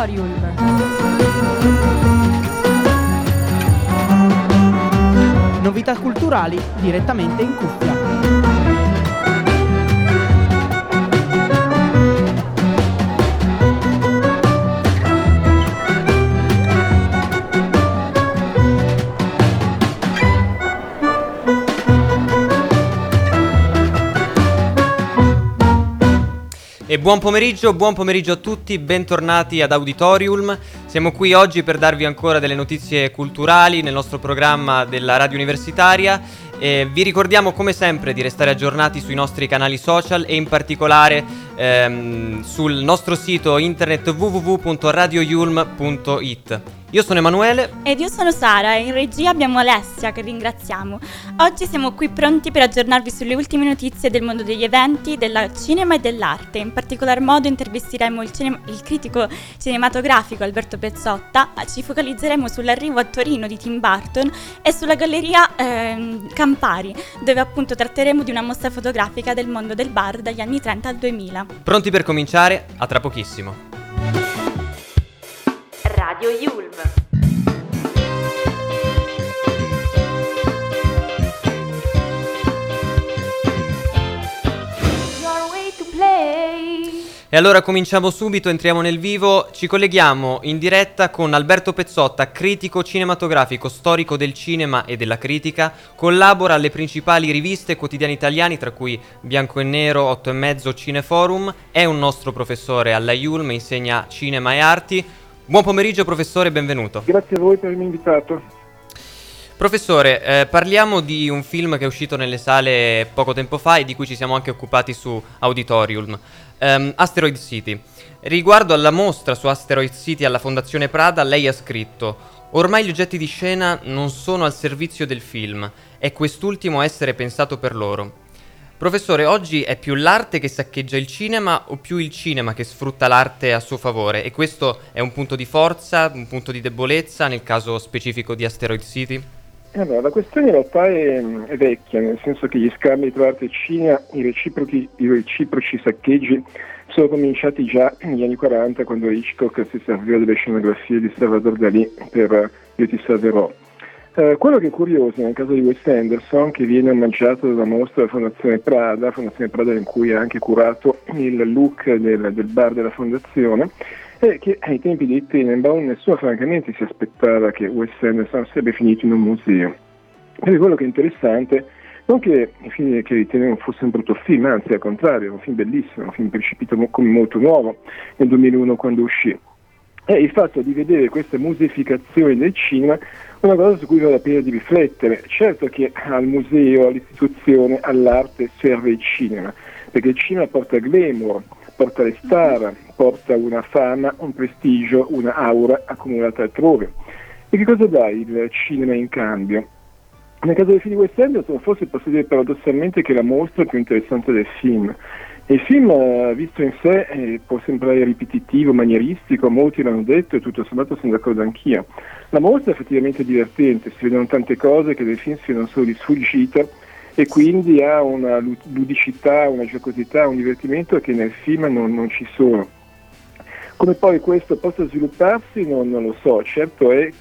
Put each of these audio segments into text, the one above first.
Auditorium. Novità culturali direttamente in cuffia. E buon pomeriggio a tutti, bentornati ad Auditorium. Siamo qui oggi per darvi ancora delle notizie culturali nel nostro programma della radio universitaria. Vi ricordiamo come sempre di restare aggiornati sui nostri canali social e in particolare sul nostro sito internet www.radioyulm.it. Io sono Emanuele. Ed io sono Sara e in regia abbiamo Alessia che ringraziamo. Oggi siamo qui pronti per aggiornarvi sulle ultime notizie del mondo degli eventi, del cinema e dell'arte. In particolar modo intervisteremo il critico cinematografico Alberto Pezzotta, ci focalizzeremo sull'arrivo a Torino di Tim Burton e sulla galleria Campari, dove appunto tratteremo di una mostra fotografica del mondo del bar dagli anni 30 al 2000. Pronti per cominciare? A tra pochissimo. Radio Yulm. E allora cominciamo subito, entriamo nel vivo, ci colleghiamo in diretta con Alberto Pezzotta, critico cinematografico, storico del cinema e della critica, collabora alle principali riviste e quotidiani italiani, tra cui Bianco e Nero, 8 e mezzo, Cineforum, è un nostro professore alla Yulm, insegna cinema e arti. Buon pomeriggio professore, benvenuto. Grazie a voi per avermi invitato. Professore, parliamo di un film che è uscito nelle sale poco tempo fa e di cui ci siamo anche occupati su Auditorium, Asteroid City. Riguardo alla mostra su Asteroid City alla Fondazione Prada, lei ha scritto: ormai gli oggetti di scena non sono al servizio del film, è quest'ultimo a essere pensato per loro. Professore, oggi è più l'arte che saccheggia il cinema o più il cinema che sfrutta l'arte a suo favore? E questo è un punto di forza, un punto di debolezza nel caso specifico di Asteroid City? Allora, la questione in realtà è vecchia, nel senso che gli scambi tra arte e cinema, i reciproci saccheggi sono cominciati già negli anni 40, quando Hitchcock si serviva delle scenografie di Salvador Dalì per Io ti salverò. Quello che è curioso nel caso di Wes Anderson, che viene omaggiato dalla mostra della Fondazione Prada in cui ha anche curato il look del bar della Fondazione, è che ai tempi di Tenenbaum nessuno francamente si aspettava che Wes Anderson sarebbe finito in un museo. Quindi quello che è interessante, non che il film che ritenevo fosse un brutto film, anzi al contrario, è un film bellissimo, un film percepito come molto nuovo nel 2001 quando uscì, è il fatto di vedere questa musificazione del cinema una cosa su cui vale la pena di riflettere. Certo che al museo, all'istituzione, all'arte serve il cinema, perché il cinema porta glamour, porta le star, porta una fama, un prestigio, una aura accumulata altrove. E che cosa dà il cinema in cambio? Nel caso del film di Wes Anderson forse posso dire paradossalmente che la mostra è più interessante del film. Il film, visto in sé, può sembrare ripetitivo, manieristico, molti l'hanno detto e tutto sommato sono d'accordo anch'io. La mostra è effettivamente divertente, si vedono tante cose che nel film si vedono solo di sfuggita e quindi ha una ludicità, una giocosità, un divertimento che nel film non ci sono. Come poi questo possa svilupparsi non lo so, certo è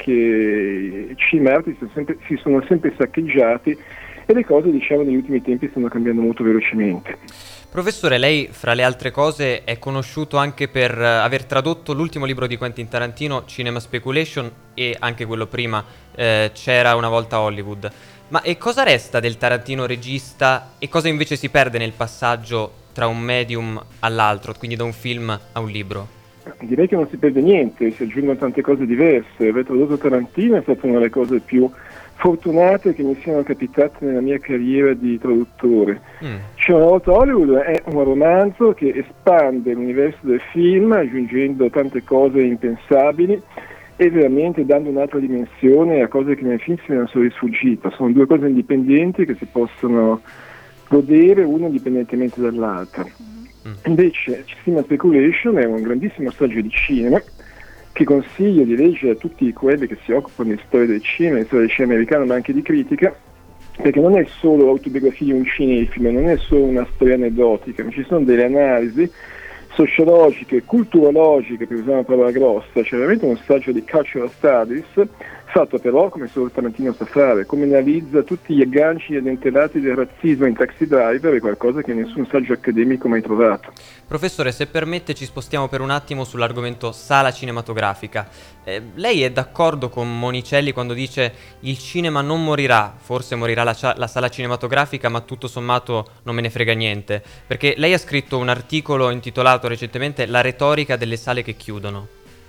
che i cinema e arti si sono sempre saccheggiati e le cose, diciamo, negli ultimi tempi stanno cambiando molto velocemente. Professore, lei fra le altre cose è conosciuto anche per aver tradotto l'ultimo libro di Quentin Tarantino, Cinema Speculation, e anche quello prima, C'era una volta Hollywood. Ma e cosa resta del Tarantino regista e cosa invece si perde nel passaggio tra un medium all'altro, quindi da un film a un libro? Direi che non si perde niente, si aggiungono tante cose diverse. Aver tradotto Tarantino è stata una delle cose più fortunate che mi siano capitate nella mia carriera di traduttore. C'è una volta Hollywood è un romanzo che espande l'universo del film aggiungendo tante cose impensabili e veramente dando un'altra dimensione a cose che nel film si erano solo sfuggite. Sono due cose indipendenti che si possono godere una indipendentemente dall'altra. Invece Cinema Speculation è un grandissimo saggio di cinema che consiglio di leggere a tutti quelli che si occupano di storia del cinema, di storia del cinema americano, ma anche di critica, perché non è solo autobiografia di un cinefilo, non è solo una storia aneddotica, ma ci sono delle analisi sociologiche, culturologiche, per usare una parola grossa, c'è veramente uno saggio di Cultural Studies, fatto però come solo Tarantino sa fare, come analizza tutti gli agganci e addentellati del razzismo in Taxi Driver, è qualcosa che nessun saggio accademico ha mai trovato. Professore, se permette ci spostiamo per un attimo sull'argomento sala cinematografica. Lei è d'accordo con Monicelli quando dice il cinema non morirà, forse morirà la sala cinematografica, ma tutto sommato non me ne frega niente? Perché lei ha scritto un articolo intitolato recentemente La retorica delle sale che chiudono.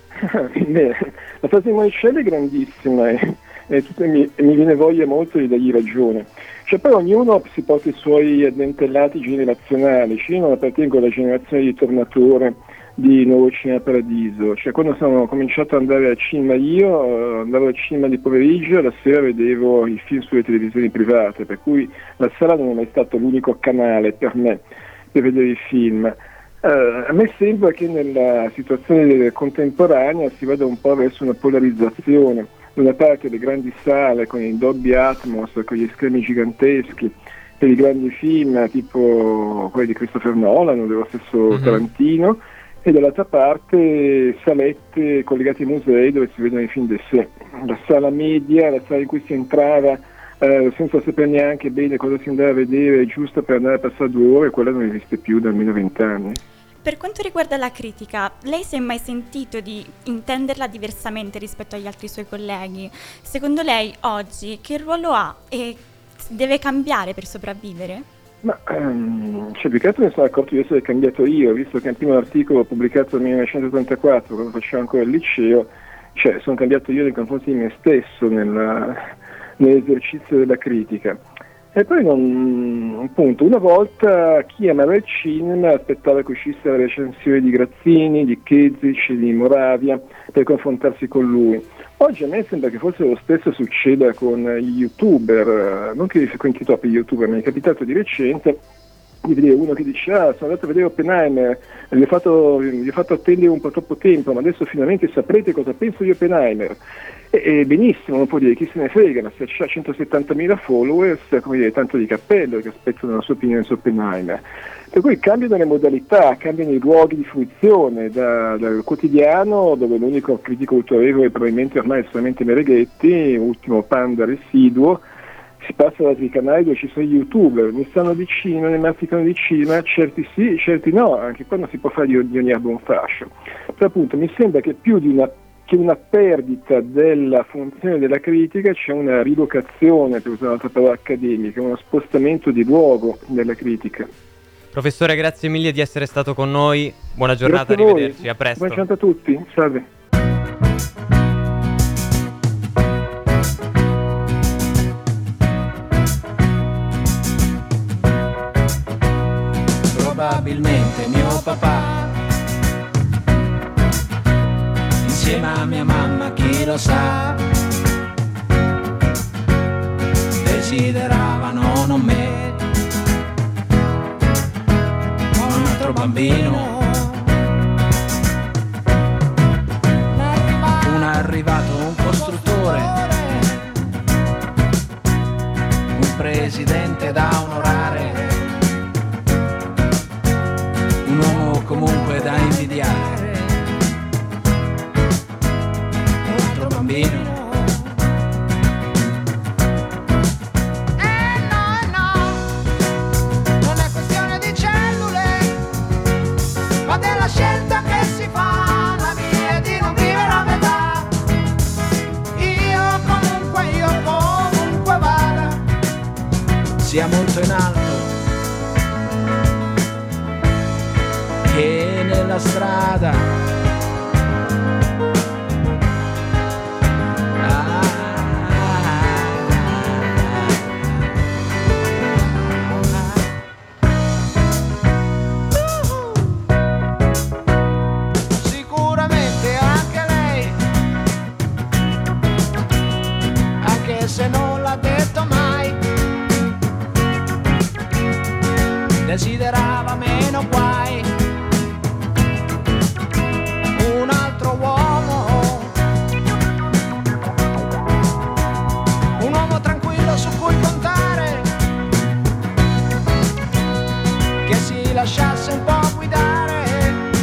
Beh, la frase di Monicelli è grandissima e mi viene voglia molto di dargli ragione. Cioè, poi ognuno si porta i suoi addentellati generazionali. Io non appartengo alla generazione di Tornatore, di Nuovo Cinema Paradiso. Cioè, quando sono cominciato ad andare al cinema io, andavo al cinema di pomeriggio e la sera vedevo i film sulle televisioni private, per cui la sala non è mai stato l'unico canale per me per vedere i film. A me sembra che nella situazione contemporanea si vada un po' verso una polarizzazione. Da una parte le grandi sale con i Dolby Atmos, con gli schermi giganteschi, per i grandi film tipo quelli di Christopher Nolan o dello stesso Tarantino, e dall'altra parte salette collegate ai musei dove si vedono i film di sé. La sala media, la sala in cui si entrava senza sapere neanche bene cosa si andava a vedere, giusto per andare a passare 2 ore, quella non esiste più da almeno 20 anni. Per quanto riguarda la critica, lei si è mai sentito di intenderla diversamente rispetto agli altri suoi colleghi? Secondo lei oggi che ruolo ha e deve cambiare per sopravvivere? Ma più che altro mi sono accorto di essere cambiato io, visto che il primo articolo pubblicato nel 1984, quando facevo ancora il liceo, sono cambiato io nei confronti di me stesso nell'esercizio della critica. E poi appunto, una volta chi amava il cinema aspettava che uscisse la recensione di Grazzini, di Kezic, di Moravia per confrontarsi con lui. Oggi a me sembra che forse lo stesso succeda con gli youtuber, non che io frequenti troppo gli youtuber, mi è capitato di recente di vedere uno che dice sono andato a vedere Oppenheimer, gli ho fatto attendere un po' troppo tempo, ma adesso finalmente saprete cosa penso di Oppenheimer. E benissimo, non può dire chi se ne frega, ma se ha 170.000 followers, come dire, tanto di cappello che aspettano la sua opinione su Oppenheimer. Per cui cambiano le modalità, cambiano i luoghi di fruizione, dal quotidiano, dove l'unico critico autorevole probabilmente ormai è solamente Mereghetti, ultimo panda residuo, si passa ad altri canali dove ci sono gli youtuber, ne stanno vicino, ne masticano di cinema, certi sì, certi no, anche qua non si può fare di ogni erba un fascio. Però appunto mi sembra che più di una perdita della funzione della critica c'è una rilocazione, per usare un'altra parola accademica, uno spostamento di luogo della critica. Professore, grazie mille di essere stato con noi, buona giornata, arrivederci, a presto. Buona giornata a tutti, salve. Probabilmente mio papà insieme a mia mamma, chi lo sa, desideravano non me, ma un altro bambino. Un arrivato, un costruttore, un presidente da onorare, un uomo comunque da invidiare. Bambino. No, non è questione di cellule, ma della scelta che si fa. La mia è di non vivere a metà. Io comunque vada, sia molto in alto che nella strada. Se non l'ha detto mai, desiderava meno guai, un altro uomo, un uomo tranquillo su cui contare, che si lasciasse un po' guidare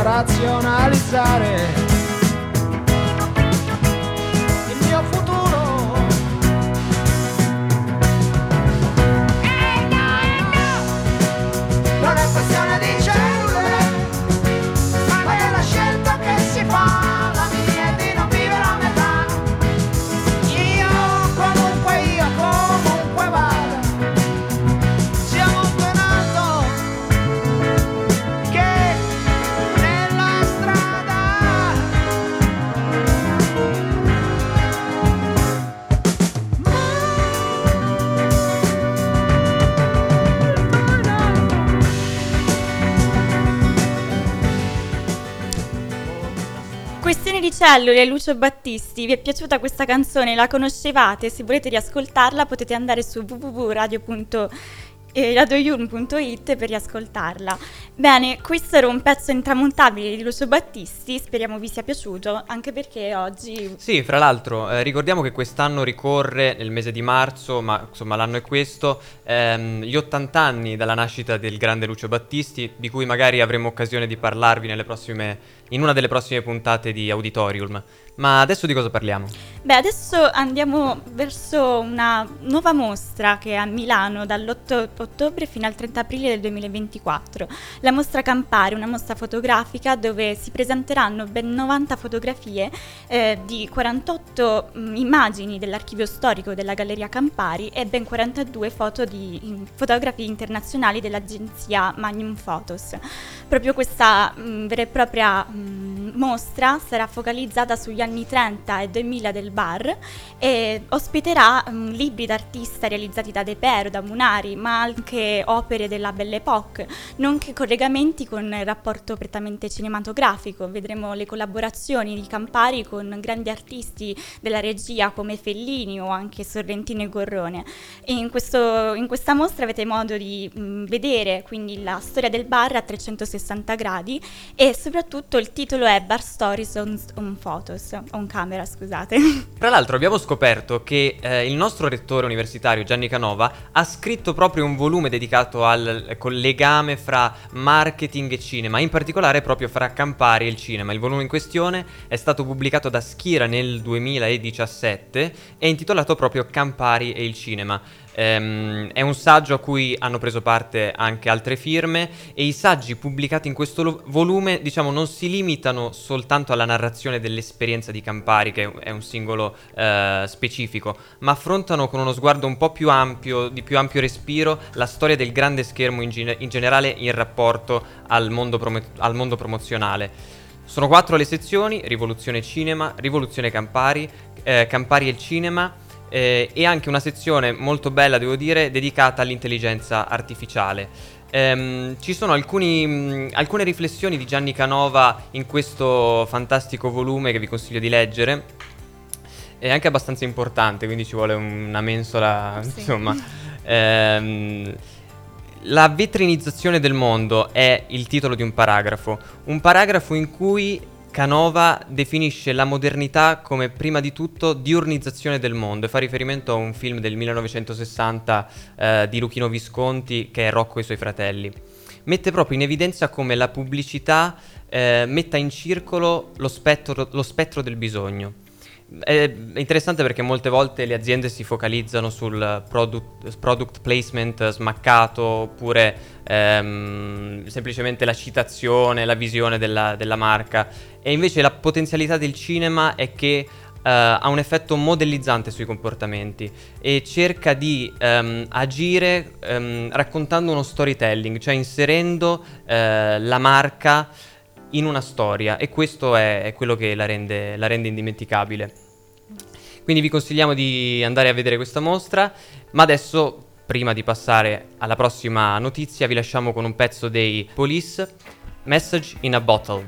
razionalizzare il mio futuro. Non è questione di cellule, ma è la scelta che si fa. La mia è di non vivere a metà. Io comunque vada, sia molto in alto che nella strada. Questione di cellule, Lucio Battisti. Vi è piaciuta questa canzone? La conoscevate? Se volete riascoltarla potete andare su www.radioyulm.it per riascoltarla. Bene, questo era un pezzo intramontabile di Lucio Battisti, speriamo vi sia piaciuto, anche perché oggi... Sì, fra l'altro ricordiamo che quest'anno ricorre nel mese di marzo, ma insomma l'anno è questo, gli 80 anni dalla nascita del grande Lucio Battisti, di cui magari avremo occasione di parlarvi in una delle prossime puntate di Auditorium. Ma adesso di cosa parliamo? Beh, adesso andiamo verso una nuova mostra che è a Milano dall'8 ottobre fino al 30 aprile del 2024. La mostra Campari, una mostra fotografica dove si presenteranno ben 90 fotografie di 48 immagini dell'archivio storico della Galleria Campari e ben 42 foto di fotografi internazionali dell'agenzia Magnum Photos. Proprio questa vera e propria mostra sarà focalizzata sugli anni 30 e 2000 del bar e ospiterà libri d'artista realizzati da De Pero, da Munari, ma anche opere della Belle Époque, nonché collegamenti con il rapporto prettamente cinematografico. Vedremo le collaborazioni di Campari con grandi artisti della regia come Fellini o anche Sorrentino e Gorrone. E in questa mostra avete modo di vedere quindi la storia del bar a 360 gradi e soprattutto il titolo è Bar Stories on Camera, scusate. Tra l'altro abbiamo scoperto che il nostro rettore universitario Gianni Canova ha scritto proprio un volume dedicato al legame fra marketing e cinema, in particolare proprio fra Campari e il cinema. Il volume in questione è stato pubblicato da Schira nel 2017 e è intitolato proprio Campari e il cinema. È un saggio a cui hanno preso parte anche altre firme e i saggi pubblicati in questo volume, diciamo, non si limitano soltanto alla narrazione dell'esperienza di Campari, che è un singolo specifico, ma affrontano con uno sguardo un po' più ampio, di più ampio respiro, la storia del grande schermo in generale in rapporto al mondo promozionale. Sono 4 le sezioni: Rivoluzione Cinema, Rivoluzione Campari, Campari e il cinema, e anche una sezione molto bella, devo dire, dedicata all'intelligenza artificiale. Ci sono alcune riflessioni di Gianni Canova in questo fantastico volume che vi consiglio di leggere. È anche abbastanza importante, quindi ci vuole una mensola, sì. Insomma. La vetrinizzazione del mondo è il titolo di un paragrafo in cui Canova definisce la modernità come prima di tutto diurnizzazione del mondo e fa riferimento a un film del 1960 di Luchino Visconti che è Rocco e i suoi fratelli. Mette proprio in evidenza come la pubblicità metta in circolo lo spettro del bisogno. È interessante perché molte volte le aziende si focalizzano sul product placement smaccato oppure semplicemente la citazione, la visione della marca, e invece la potenzialità del cinema è che ha un effetto modellizzante sui comportamenti e cerca di agire raccontando uno storytelling, cioè inserendo la marca in una storia, e questo è quello che la rende indimenticabile. Quindi vi consigliamo di andare a vedere questa mostra, ma adesso, prima di passare alla prossima notizia, vi lasciamo con un pezzo dei Police, Message in a Bottle.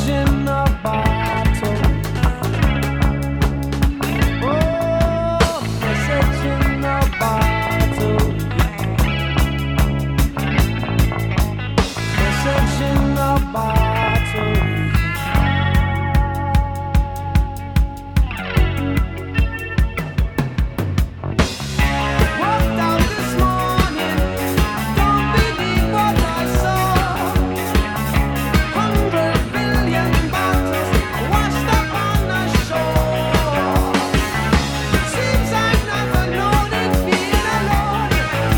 in a bottle. Oh, message in a bottle. Message in a bottle. Walked out this morning, don't believe what I saw. 100 billion bottles washed up on the shore. Seems I've never known it being alone.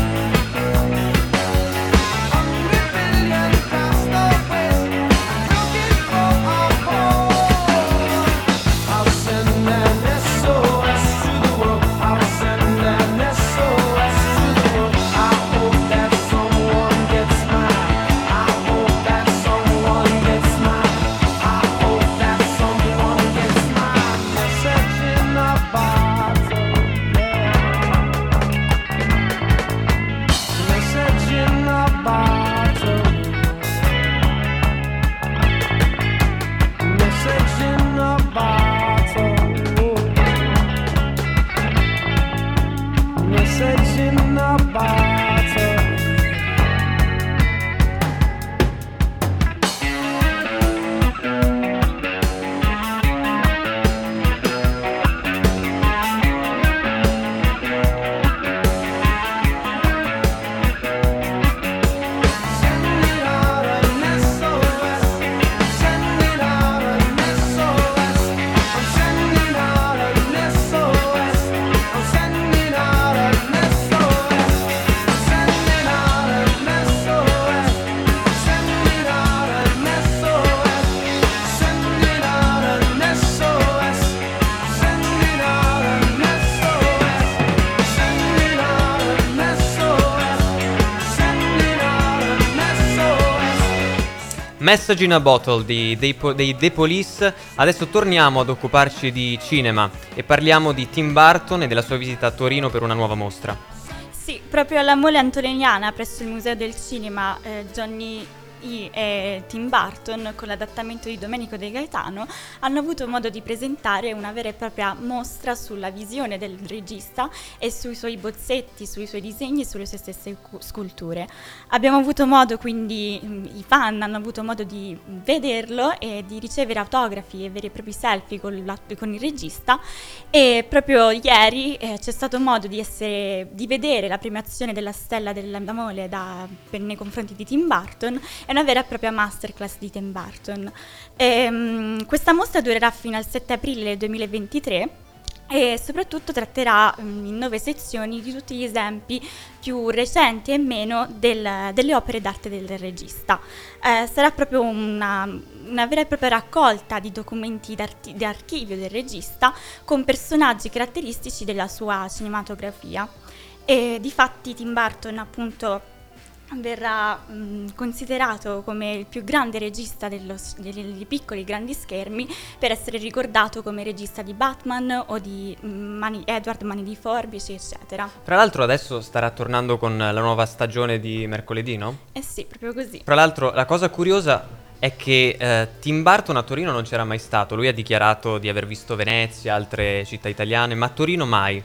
100 billion castaways looking for a home. I'll send an SOS to the world. I'll send an SOS to the world. I hope that someone gets mine. I hope that someone gets mine. I hope that someone gets mine. Message in a bottle. Message in a bottle. Message in a bottle. Message in a bottle. Sending out an SOS. Sending out an SOS. I'm sending out an SOS. I'm sending out an SOS. Sending out an SOS. Sending out an SOS. Sending out an SOS. Sending out an SOS. Sending out an SOS. Sending out an SOS. Message in a Bottle dei The Police. Adesso torniamo ad occuparci di cinema e parliamo di Tim Burton e della sua visita a Torino per una nuova mostra. Sì, proprio alla Mole Antoniana presso il Museo del Cinema Johnny e Tim Burton, con l'adattamento di Domenico De Gaetano, hanno avuto modo di presentare una vera e propria mostra sulla visione del regista e sui suoi bozzetti, sui suoi disegni e sulle sue stesse sculture. Abbiamo avuto modo, quindi i fan hanno avuto modo di vederlo e di ricevere autografi e veri e propri selfie con il regista, e proprio ieri c'è stato modo di vedere la premiazione della Stella della Mole nei confronti di Tim Burton. È una vera e propria masterclass di Tim Burton. Questa mostra durerà fino al 7 aprile 2023 e soprattutto tratterà in 9 sezioni di tutti gli esempi più recenti e meno delle opere d'arte del regista. Sarà proprio una vera e propria raccolta di documenti di archivio del regista con personaggi caratteristici della sua cinematografia. E difatti Tim Burton, appunto, verrà considerato come il più grande regista dei piccoli e grandi schermi, per essere ricordato come regista di Batman o di Edward Mani di Forbici, eccetera. Tra l'altro adesso starà tornando con la nuova stagione di mercoledì, no? Eh sì, proprio così. Tra l'altro la cosa curiosa è che Tim Burton a Torino non c'era mai stato. Lui ha dichiarato di aver visto Venezia, altre città italiane, ma a Torino mai.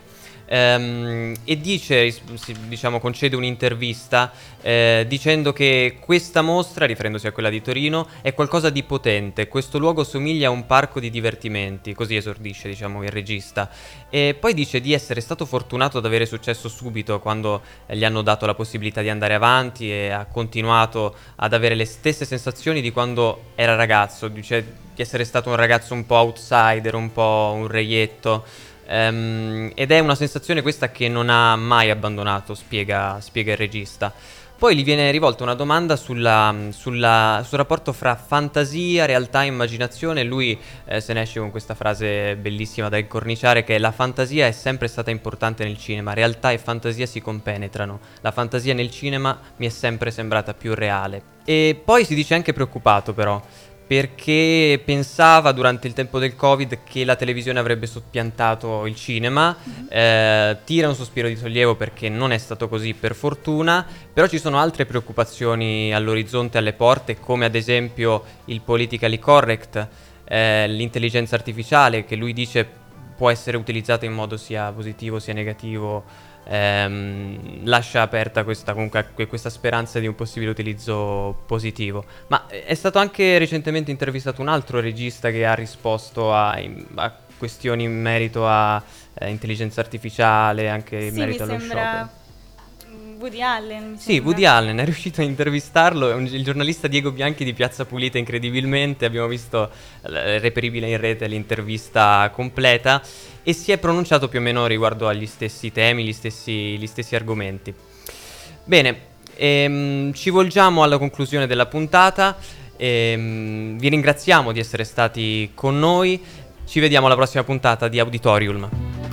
E dice, diciamo, concede un'intervista dicendo che questa mostra, riferendosi a quella di Torino, è qualcosa di potente. Questo luogo somiglia a un parco di divertimenti, così esordisce, diciamo, il regista. E poi dice di essere stato fortunato ad avere successo subito quando gli hanno dato la possibilità di andare avanti, e ha continuato ad avere le stesse sensazioni di quando era ragazzo. Dice di essere stato un ragazzo un po' outsider, un po' un reietto. Ed è una sensazione questa che non ha mai abbandonato, spiega il regista. Poi gli viene rivolta una domanda sul rapporto fra fantasia, realtà e immaginazione, e lui se ne esce con questa frase bellissima da incorniciare, che la fantasia è sempre stata importante nel cinema, realtà e fantasia si compenetrano, la fantasia nel cinema mi è sempre sembrata più reale. E poi si dice anche preoccupato, però, perché pensava durante il tempo del Covid che la televisione avrebbe soppiantato il cinema. Tira un sospiro di sollievo perché non è stato così, per fortuna, però ci sono altre preoccupazioni all'orizzonte, alle porte, come ad esempio il politically correct, l'intelligenza artificiale, che lui dice può essere utilizzata in modo sia positivo sia negativo. Lascia aperta questa speranza di un possibile utilizzo positivo. Ma è stato anche recentemente intervistato un altro regista che ha risposto a questioni in merito a intelligenza artificiale, anche in Sì, merito mi allo sembra sciopero. Woody Allen. mi Sì, sembra. Woody Allen è riuscito a intervistarlo, il giornalista Diego Bianchi di Piazza Pulita, incredibilmente, abbiamo visto, reperibile in rete, l'intervista completa, e si è pronunciato più o meno riguardo agli stessi temi, gli stessi argomenti. Bene, ci volgiamo alla conclusione della puntata, vi ringraziamo di essere stati con noi, ci vediamo alla prossima puntata di Auditorium.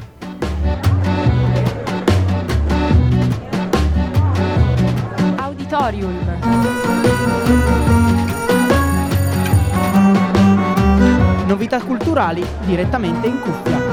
Auditorium. Novità culturali direttamente in cuffia.